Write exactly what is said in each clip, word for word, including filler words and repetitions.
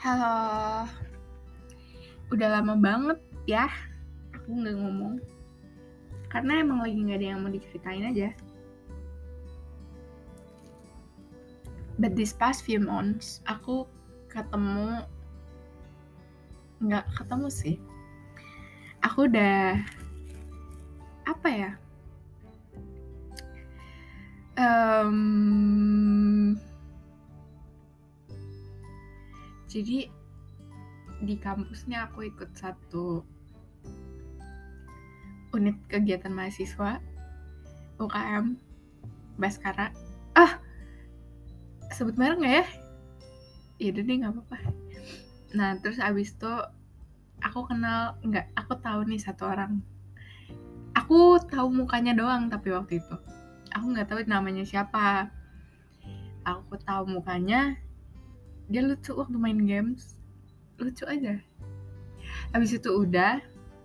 Halo, udah lama banget ya aku nggak ngomong, karena emang lagi nggak ada yang mau diceritain aja. But this past few months, aku ketemu, nggak ketemu sih, aku udah, apa ya, um, jadi di kampusnya aku ikut satu unit kegiatan mahasiswa U K M Baskara. Ah, sebut merek nggak ya? Yaudah deh, nggak apa-apa. Nah, terus abis itu aku kenal, nggak, aku tahu nih satu orang. Aku tahu mukanya doang, tapi waktu itu aku nggak tahu namanya siapa. Aku tahu mukanya, dia lucu waktu main games, lucu aja. Habis itu udah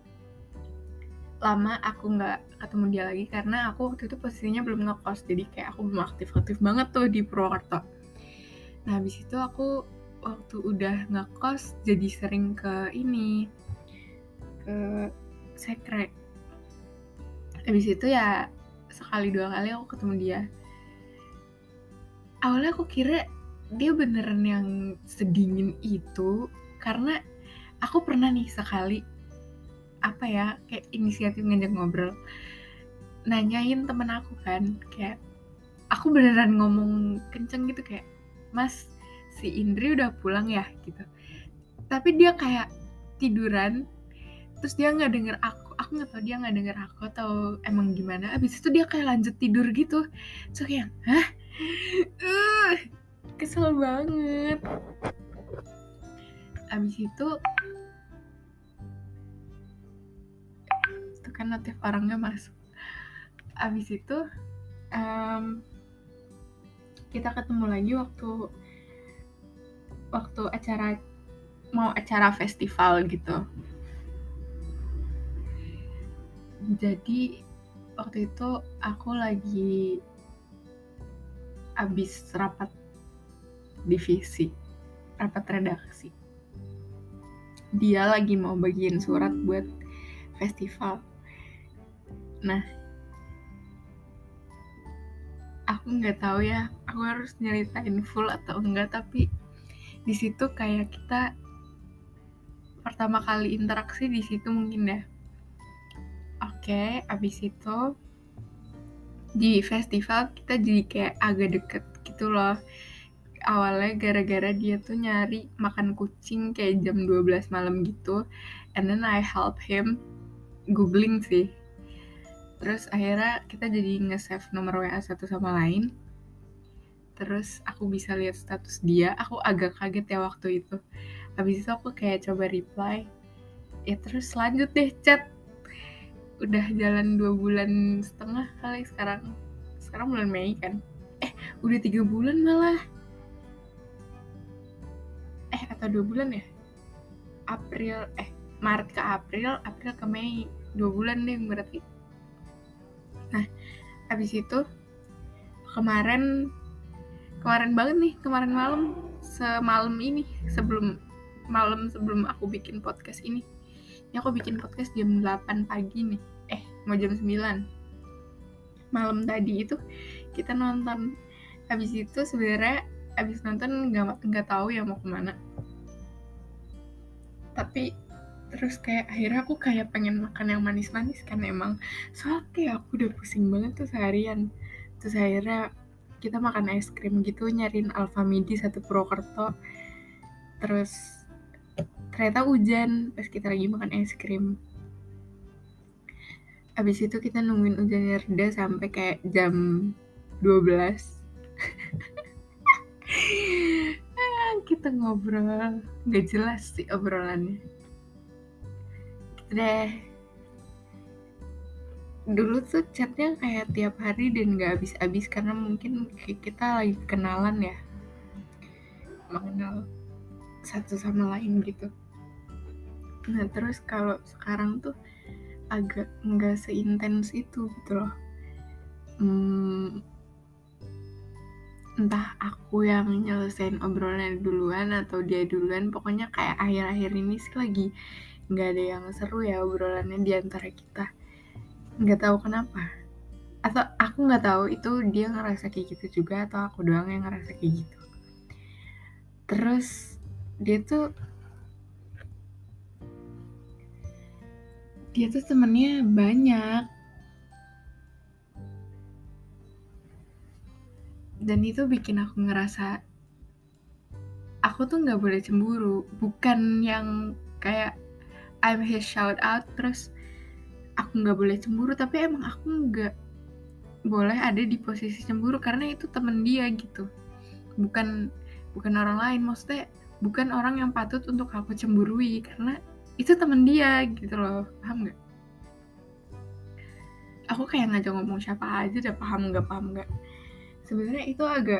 lama aku nggak ketemu dia lagi karena aku waktu itu posisinya belum ngekos, jadi kayak aku belum aktif-aktif banget tuh di Purwokerto. Nah, habis itu aku waktu udah ngekos jadi sering ke ini, ke sekre. Habis itu ya sekali dua kali aku ketemu dia. Awalnya aku kira dia beneran yang sedingin itu, karena aku pernah nih sekali apa ya kayak inisiatif ngajak ngobrol, nanyain temen aku kan, kayak aku beneran ngomong kenceng gitu kayak, "Mas, si Indri udah pulang ya?" gitu. Tapi dia kayak tiduran, terus dia nggak denger aku, aku nggak tahu dia nggak denger aku atau emang gimana. Abis itu dia kayak lanjut tidur gitu, so kayak, hah, uh, kesel banget. Abis itu itu kan notif orangnya masuk. Abis itu um, kita ketemu lagi waktu waktu acara mau acara festival gitu. Jadi waktu itu aku lagi abis rapat divisi, rapat redaksi. Dia lagi mau bagiin surat buat festival. Nah, aku nggak tahu ya, aku harus nyeritain full atau enggak, tapi di situ kayak kita pertama kali interaksi di situ mungkin ya. Oke, abis itu di festival kita jadi kayak agak deket gitu loh. Awalnya gara-gara dia tuh nyari makan kucing kayak jam dua belas malam gitu, and then I help him googling sih. Terus akhirnya kita jadi nge-save nomor W A satu sama lain. Terus aku bisa lihat status dia, aku agak kaget ya waktu itu. Habis itu aku kayak coba reply, ya terus lanjut deh chat. Udah jalan dua bulan setengah kali sekarang. Sekarang bulan Mei kan? Eh, udah tiga bulan malah. Eh, atau dua bulan ya? April, eh Maret ke April, April ke Mei, dua bulan deh berarti. Nah, habis itu kemarin, kemarin banget nih, kemarin malam, semalam ini, sebelum malam sebelum aku bikin podcast ini. Ini aku bikin podcast jam delapan pagi nih, eh mau jam sembilan. Malam tadi itu kita nonton. Habis itu sebenarnya habis nonton nggak nggak tahu ya mau kemana. Tapi terus kayak akhirnya aku kayak pengen makan yang manis-manis kan emang. Soalnya kayak aku udah pusing banget tuh seharian. Terus akhirnya kita makan es krim gitu, nyariin Alfamidi satu Purwokerto. Terus ternyata hujan pas kita lagi makan es krim. Abis itu kita nungguin hujannya reda sampai kayak jam dua belas. Kita ngobrol, gak jelas sih obrolannya. Gitu deh. Dulu tuh chatnya kayak tiap hari dan gak habis-habis karena mungkin kita lagi kenalan ya, mengenal satu sama lain gitu. Nah terus kalau sekarang tuh agak nggak seintens itu gitu loh. Hmm, entah aku yang nyelesain obrolan duluan atau dia duluan, pokoknya kayak akhir-akhir ini sih lagi nggak ada yang seru ya obrolannya di antara kita. Nggak tahu kenapa. Atau aku nggak tahu itu dia ngerasa kayak gitu juga atau aku doang yang ngerasa kayak gitu. Terus dia tuh dia tuh temennya banyak dan itu bikin aku ngerasa aku tuh nggak boleh cemburu, bukan yang kayak I'm his shout out terus aku nggak boleh cemburu, tapi emang aku nggak boleh ada di posisi cemburu karena itu temen dia gitu, bukan bukan orang lain, maksudnya bukan orang yang patut untuk aku cemburui karena itu temen dia gitu loh, paham nggak? Aku kayak ngajak ngomong siapa aja udah paham nggak paham nggak. Sebenarnya itu agak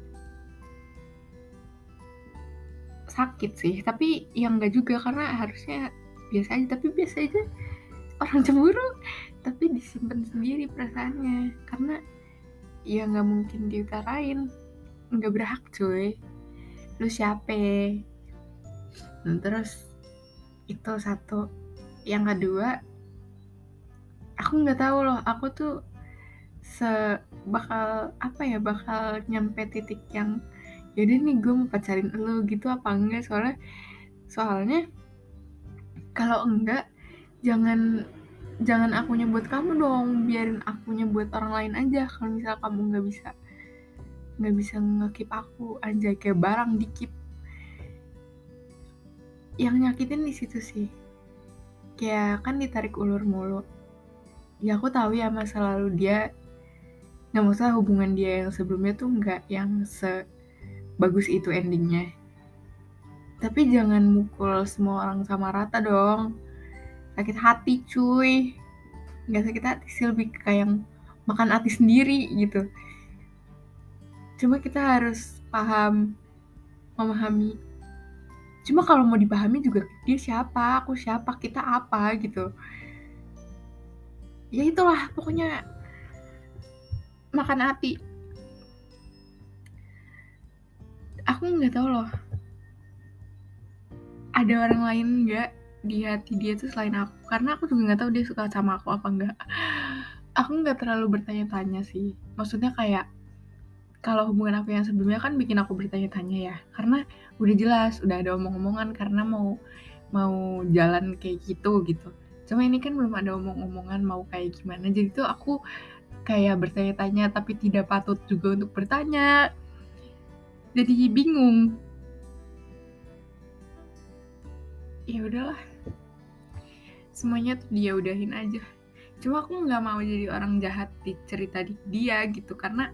sakit sih, tapi yang nggak juga karena harusnya biasa aja, tapi biasa aja orang cemburu tapi disimpan sendiri perasaannya karena ya nggak mungkin diutarain, nggak berhak cuy, lu siapa. Nah, terus itu satu, yang kedua aku nggak tahu loh, aku tuh se bakal apa ya bakal nyampe titik yang yaudah nih gue mau pacarin lu gitu apa enggak, soalnya soalnya kalau enggak jangan jangan akunya buat kamu dong, biarin akunya buat orang lain aja kalau misal kamu nggak bisa nggak bisa nge-keep aku aja kayak barang di keep. Yang nyakitin di situ sih, kayak kan ditarik ulur mulu. Ya aku tahu ya masa lalu dia, nggak masalah hubungan dia yang sebelumnya tuh nggak yang sebagus itu endingnya. Tapi jangan mukul semua orang sama rata dong. Sakit hati cuy. Nggak sakit hati sih, lebih kayak yang makan hati sendiri gitu. Cuma kita harus paham, memahami. Cuma kalau mau dipahami juga dia siapa, aku siapa, kita apa gitu. Ya itulah pokoknya makan hati. Aku nggak tahu loh, ada orang lain nggak di hati dia tuh selain aku, karena aku juga nggak tahu dia suka sama aku apa enggak. Aku nggak terlalu bertanya-tanya sih, maksudnya kayak kalau hubungan aku yang sebelumnya kan bikin aku bertanya-tanya ya, karena udah jelas udah ada omong-omongan karena mau mau jalan kayak gitu gitu. Cuma ini kan belum ada omong-omongan mau kayak gimana, jadi tuh aku kayak bertanya-tanya tapi tidak patut juga untuk bertanya, jadi bingung. Ya udahlah, semuanya tuh dia udahin aja. Cuma aku nggak mau jadi orang jahat di cerita di dia gitu, karena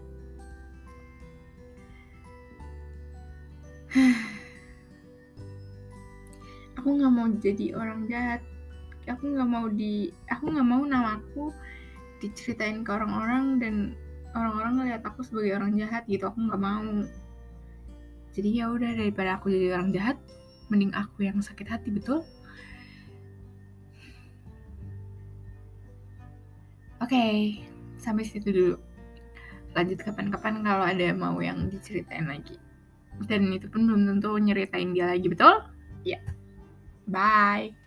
aku nggak mau jadi orang jahat. Aku nggak mau di, aku nggak mau namaku diceritain ke orang-orang dan orang-orang ngeliat aku sebagai orang jahat gitu. Aku nggak mau. Jadi ya udah, daripada aku jadi orang jahat, mending aku yang sakit hati, betul? Oke, okay, sampai situ dulu. Lanjut kapan-kapan kalau ada mau yang diceritain lagi. Dan itu pun belum tentu nyeritain dia lagi, betul? Ya. Yeah. Bye.